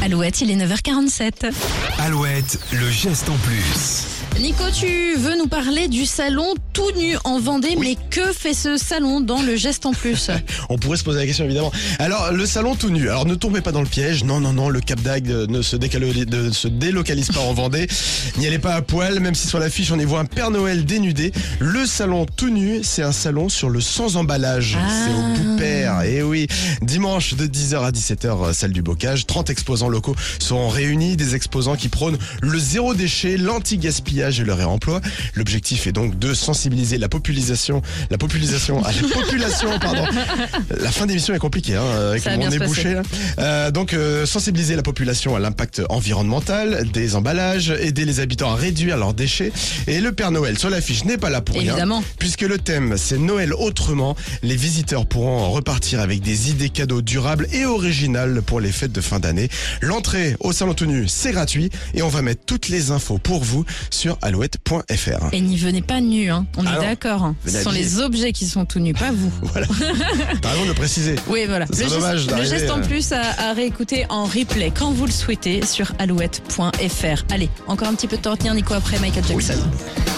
Alouette, il est 9h47. Alouette, le geste en plus. Nico, tu veux nous parler du salon tout nu en Vendée, mais que fait ce salon dans le geste en plus? On pourrait se poser la question évidemment. Alors le salon tout nu, alors ne tombez pas dans le piège, non, le Cap d'Agde ne se délocalise pas en Vendée, n'y allez pas à poil, même si sur l'affiche on y voit un Père Noël dénudé. Le salon tout nu, c'est un salon sur le sans emballage, c'est au Poupère, et oui. Dimanche de 10h à 17h, salle du Bocage, 30 exposants locaux seront réunis, des exposants qui prônent le zéro déchet, l'anti-gaspillage et le réemploi. L'objectif est donc de sensibiliser la population, pardon. La fin d'émission est compliquée, avec Ça va mon bien nez se bouché. Donc sensibiliser la population à l'impact environnemental des emballages, aider les habitants à réduire leurs déchets. Et le Père Noël sur l'affiche n'est pas là pour rien, Évidemment. puisque le thème c'est Noël autrement. Les visiteurs pourront repartir avec des idées cadeaux durables et originales pour les fêtes de fin d'année. L'entrée au salon tout nu, c'est gratuit et on va mettre toutes les infos pour vous sur alouette.fr. Et n'y venez pas nu, on Ah est non. d'accord. Ce Venez sont habillé. les objets qui sont tout nus, pas vous. Voilà. T'as raison de le préciser. Oui, voilà. Ça serait dommage Le d'arriver, geste en plus à réécouter en replay quand vous le souhaitez sur alouette.fr. Allez, encore un petit peu de temps à tenir, Nico, après Michael Jackson. Oui.